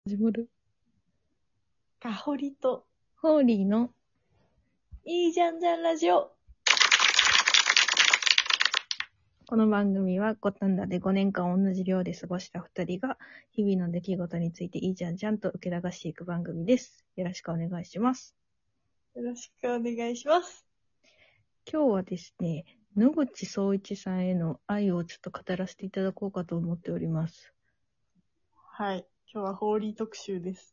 始まる。 かほりと、 ホーリーのいいじゃんじゃんラジオ。 この番組は五反田で5年間同じ寮で過ごした2人が日々の出来事についていいじゃんじゃんと受け流していく番組です。よろしくお願いします。 よろしくお願いします。 今日はですね、野口聡一さんへの愛をちょっと語らせていただこうかと思っております。 はい。今日はホーリー特集です。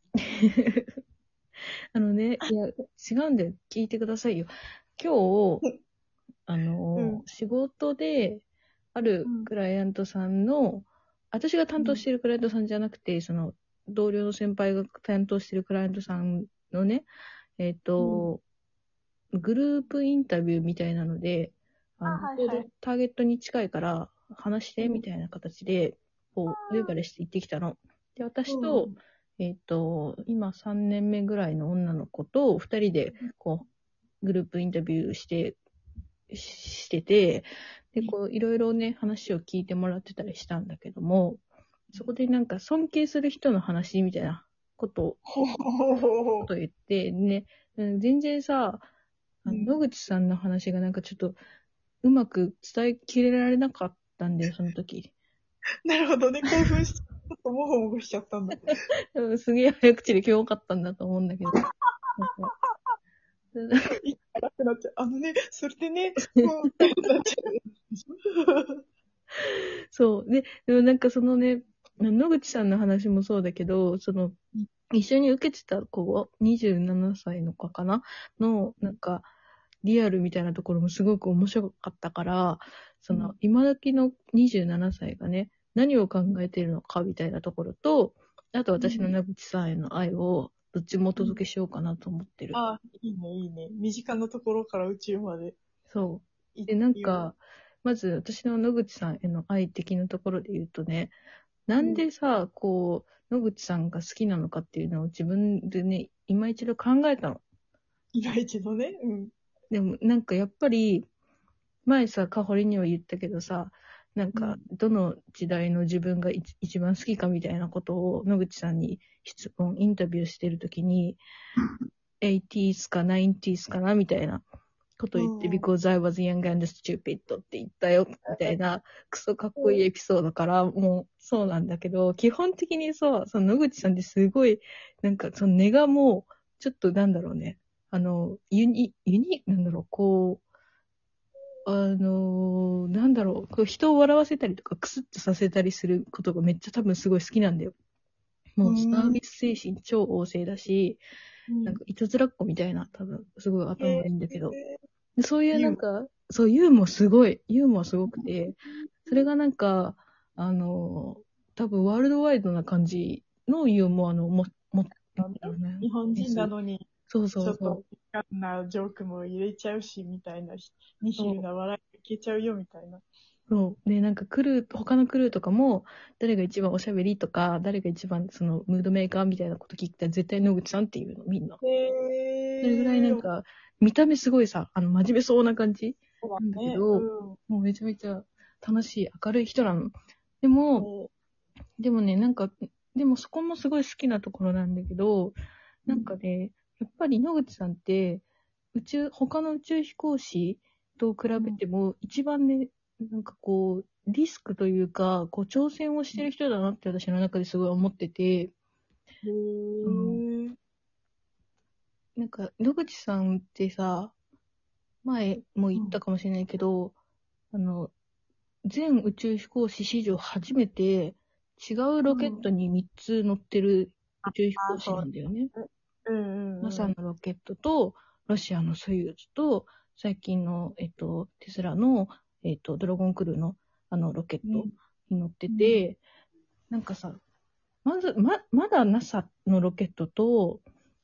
いや、違うんだよ。聞いてくださいよ。今日、 うん。 仕事で、あるクライアントさんの、私が担当しているクライアントさんじゃなくて、その、同僚の先輩が担当しているクライアントさんのね、グループインタビューみたいなので、ちょうどターゲットに近いから話してみたいな形で、こう、ウェバレして行ってきたの。で、私と、今3年目ぐらいの女の子と2人で、こう、グループインタビューしてて、で、こう、いろいろね、話を聞いてもらってたりしたんだけども、そこでなんか尊敬する人の話みたいなことを言って、ね、全然さ、野口さんの話がなんかちょっとうまく伝えきれられなかったんだよ、その時。 なるほどね。興奮して、ちょっともごもごしちゃったんだ。 すげえ早口で今日多かったんだと思うんだけど。なんかいいかなってなっちゃう。それでね、もう、なっちゃう。 そう。でもなんかそのね、野口さんの話もそうだけど、その、一緒に受けてた子、27歳の子かなの、なんか、リアルみたいなところもすごく面白かったから、その、今時の27歳がね、何を考えているのかみたいなところと、あと私の野口さんへの愛を、どっちもお届けしようかなと思ってる。 あ、いいね、いいね。身近なところから宇宙までそう。 行っで、なんてよ。 か、まず私の野口さんへの愛的なところで言うとね、なんでさ、こう、野口さんが好きなのかっていうのを自分でね、今一度考えたの。 今一度ね。うん。 でも、なんかやっぱり、前さ、かほりには言ったけどさ、なんか、どの時代の自分が一番好きかみたいなことを野口さんにインタビューしてるときに、80s か 90s かなみたいなこと言って、because I was young and stupid って言ったよ、みたいな、クソかっこいいエピソードから、もう、そうなんだけど、基本的にさ、その野口さんってすごい、なんか、その根がもう、ちょっとなんだろうね、なんだろう、こう、なんだろう、こう人を笑わせたりとか、クスッとさせたりすることがめっちゃ多分すごい好きなんだよ。もうサービス精神超旺盛だし、なんかいたずらっ子みたいな、多分すごい頭がいいんだけど。でそういうなんか、そう、ユーモアすごくて、それがなんか、多分ワールドワイドな感じのユーモアの持ってるね。 日本人なのに、 そうちょっと、 そうそガンなジョークも入れちゃうし、みたいな、ニヒルう。 な笑いいけちゃうよ、みたいな。 そう。で、なんか他のクルーとかも、誰が一番おしゃべりとか、誰が一番そのムードメーカーみたいなこと聞いたら絶対野口さんっていうの、みんな。それぐらいなんか、見た目すごいさ、真面目そうな感じそうなんだだね。 けど、もうめちゃめちゃ楽しい、明るい人なの。でも、でもね、なんか、でもそこもすごい好きなところなんだけど、なんかね、やっぱり野口さんって、他の宇宙飛行士と比べても、一番ね、なんかこう、リスクというか、こう、挑戦をしてる人だなって私の中ですごい思ってて、その、なんか、野口さんってさ、前も言ったかもしれないけど、あの、全宇宙飛行士史上初めて違うロケットに3つ乗ってる宇宙飛行士なんだよね。NASA のロケットと、ロシアのソユーズと、最近の、テスラの、ドラゴンクルーのロケットに乗ってて、なんかさ、まだ NASA のロケットと、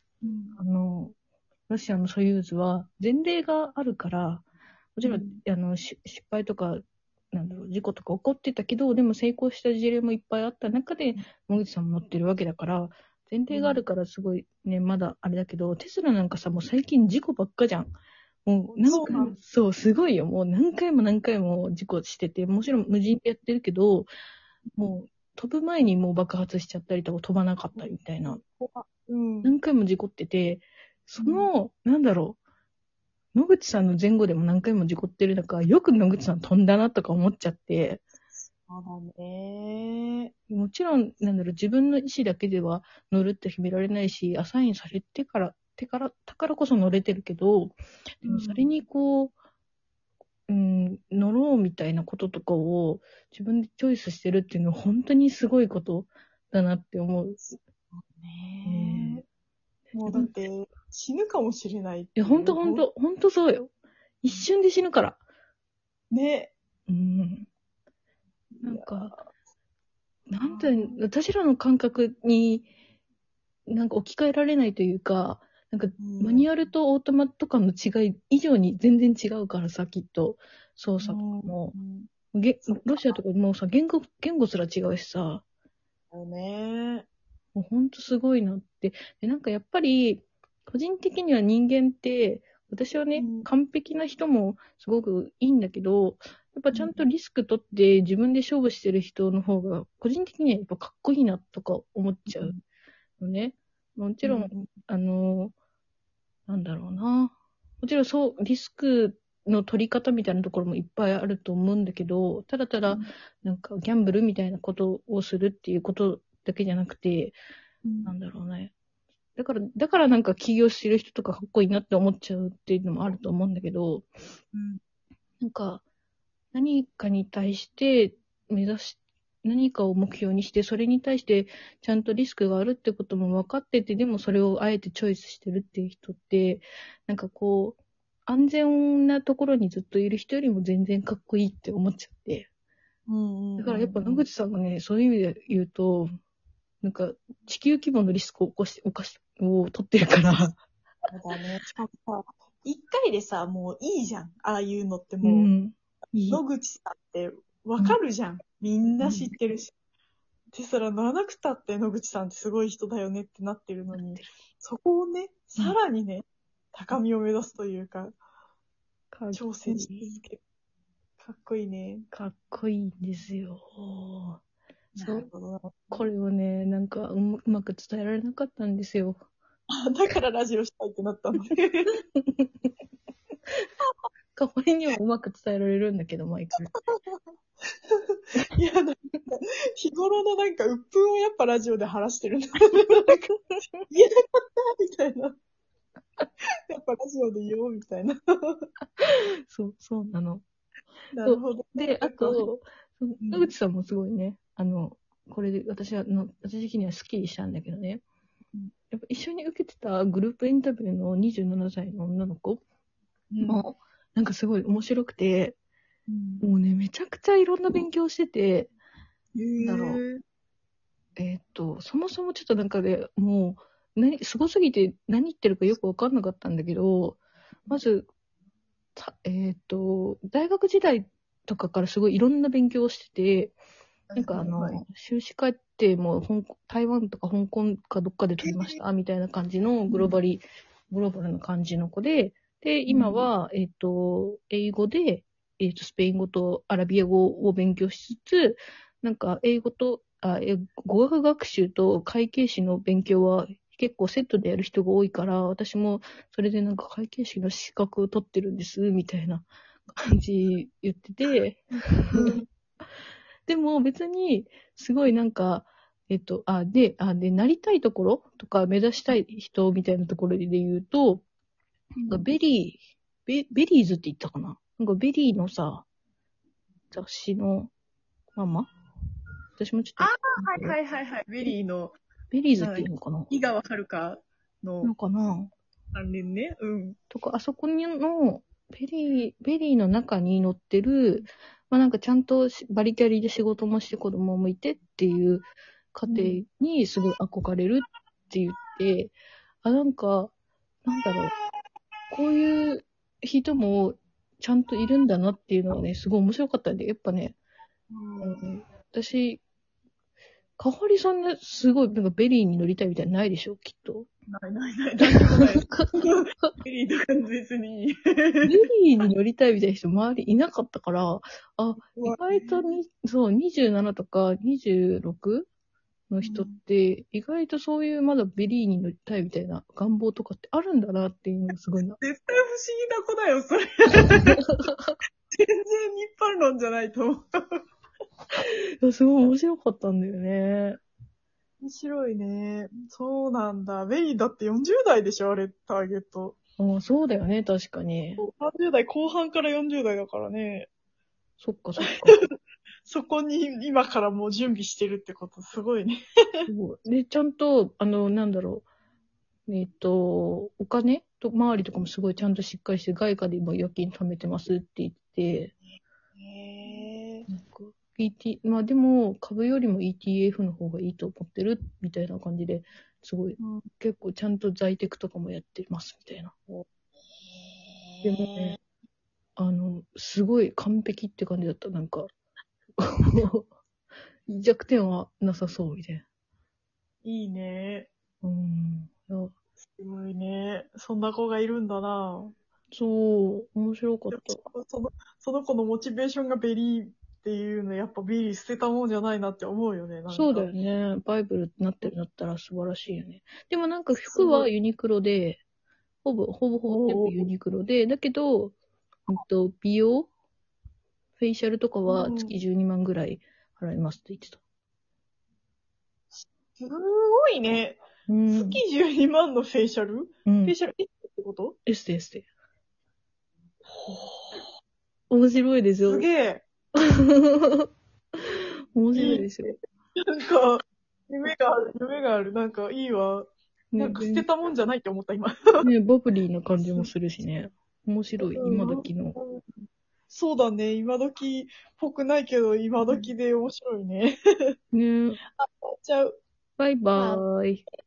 ロシアのソユーズは前例があるから、もちろん、失敗とか、なんだろう、事故とか起こってたけど、でも成功した事例もいっぱいあった中で、野口さんも乗ってるわけだから、前提があるからすごいね、まだあれだけど、テスラなんかさ、もう最近事故ばっかじゃん。もう何回も、そう、すごいよ。もう何回も事故してて、もちろん無人でやってるけど、も飛ぶ前にもう爆発しちゃったりとか飛ばなかったりみたいな。 うん。 何回も事故ってて、なんだろう、野口さんの前後でも何回も事故ってる中、よく野口さん飛んだなとか思っちゃって、 そうだね。 もちろん、自分の意思だけでは乗るって決められないし、アサインされてから、だからこそ乗れてるけど、でもそれに乗ろうみたいなこととかを自分でチョイスしてるっていうのは本当にすごいことだなって思う。 ねえ。もうだって、死ぬかもしれないっていや、本当そうよ。一瞬で死ぬから。 ね。 なんか、私らの感覚になんか置き換えられないというか、なんかマニュアルとオートマとかの違い以上に全然違うからさ、きっと操作とかも。ロシアとかもうさ、言語すら違うしさ。 そうね。 もうほんとすごいなって。で、なんかやっぱり、個人的には人間って、私はね、完璧な人もすごくいいんだけど、やっぱちゃんとリスク取って自分で勝負してる人の方が、個人的にはやっぱかっこいいなとか思っちゃうのね。もちろん、なんだろうな。もちろんそう、リスクの取り方みたいなところもいっぱいあると思うんだけど、ただただ、なんかギャンブルみたいなことをするっていうことだけじゃなくて、なんだろうね。だからなんか起業してる人とかかっこいいなって思っちゃうっていうのもあると思うんだけど、なんか、何かに対して何かを目標にして、それに対してちゃんとリスクがあるってことも分かってて、でもそれをあえてチョイスしてるっていう人って、なんか安全なところにずっといる人よりも全然かっこいいって思っちゃって。だからやっぱ野口さんがね、そういう意味で言うと、なんか地球規模のリスクを取ってるから。 そうだね。しかもさ、一回でさ、もういいじゃん。ああいうのってもう、野口さんってわかるじゃん。みんな知ってるし。で、そら乗らなくたって野口さんってすごい人だよねってなってるのに、そこをね、さらにね、高みを目指すというか、挑戦し続ける。かっこいいね。 かっこいいんですよ。 なるほど。 これをね、なんかうまく伝えられなかったんですよ。 だからラジオしたいってなったのね。 かほりにはうまく伝えられるんだけど、毎回。 いや、なんか、日頃のなんか、鬱憤をやっぱラジオで話してるんだ。なんか、言えなかったみたいな。やっぱラジオで言おうみたいな。 そうなの。 なるほど。 で、あと、野口さんもすごいね、これで私的にはスッキリしたんだけどね。やっぱ一緒に受けてたグループインタビューの27歳の女の子も、なんかすごい面白くて、もうね、めちゃくちゃいろんな勉強してて、なんだろう。そもそもちょっとなんかで、もう、すごすぎて何言ってるかよくわかんなかったんだけど、まず、大学時代とかからすごいいろんな勉強をしてて、なんか修士課程も台湾とか香港かどっかで取りましたみたいな感じのグローバルな感じの子で、今は、英語で、スペイン語とアラビア語を勉強しつつ、なんか語学学習と会計士の勉強は結構セットでやる人が多いから、私もそれでなんか会計士の資格を取ってるんです、みたいな感じ言ってて、でも別に、すごいなんか、で、なりたいところとか目指したい人みたいなところで言うと、ベリーズって言ったかな？なんかベリーのさ、雑誌のママ？私もちょっと。 はい。ベリーズっていうのかな？ 井川遥の。 のかな？ 関連ね。 とか、あそこの、ベリーの中に載ってる、まあなんかちゃんとバリキャリで仕事もして子供もいてっていう家庭にすごい憧れるって言って、なんか、なんだろう、こういう人もちゃんといるんだなっていうのはね、すごい面白かったんで、やっぱね、私、かほりそんなすごいなんかベリーに乗りたいみたいなのないでしょ、きっと。 ないないない、なんでもない。ベリーとか別に。 ベリーに乗りたいみたいな人周りいなかったから、あ、意外とそう、27とか 26? の人って、意外とそういうまだベリーに乗りたいみたいな願望とかってあるんだなっていうのがすごいな。 絶対不思議な子だよ、それ。全然一般論じゃないと思う。 いやすごい面白かったんだよね。 面白いね。そうなんだ。ベリーだって40代でしょ、あれ、ターゲット。 ああ、そうだよね、確かに。 30代後半から40代だからね。 そっかそっか。 そこに今からもう準備してるってこと、すごいね。 で、ちゃんと、なんだろう。お金と、周りとかもすごいちゃんとしっかりして、外貨で今預金貯めてますって言って、 へなんか、まあでも、株よりも ETF の方がいいと思ってるみたいな感じで、すごい、結構ちゃんと在テクとかもやってますみたいな。でもね、すごい完璧って感じだった。なんか、弱点はなさそうみたいな。 いいね。 いやすごいね。そんな子がいるんだな。 そう、面白かった。 その子のモチベーションがベリーっていうの、やっぱベリー捨てたもんじゃないなって思うよね、なんか。 そうだよね。バイブルってなってるんだったら素晴らしいよね。でもなんか服はユニクロで、ほぼ全部ユニクロで、だけど、美容フェイシャルとかは月12万ぐらい払いますって言ってた。 すごいね。月12万のフェイシャル、フェイシャルエステってこと？ エステエステ。面白いでしょ。 すげえ。 面白いでしょ。 なんか、夢がある。なんかいいわ。なんか捨てたもんじゃないって思った、今。 ね、バブリーな感じもするしね。面白い、今時の。 そうだね。今時っぽくないけど、今時で面白いね。 ね。 ちゃう。 バイバーイ。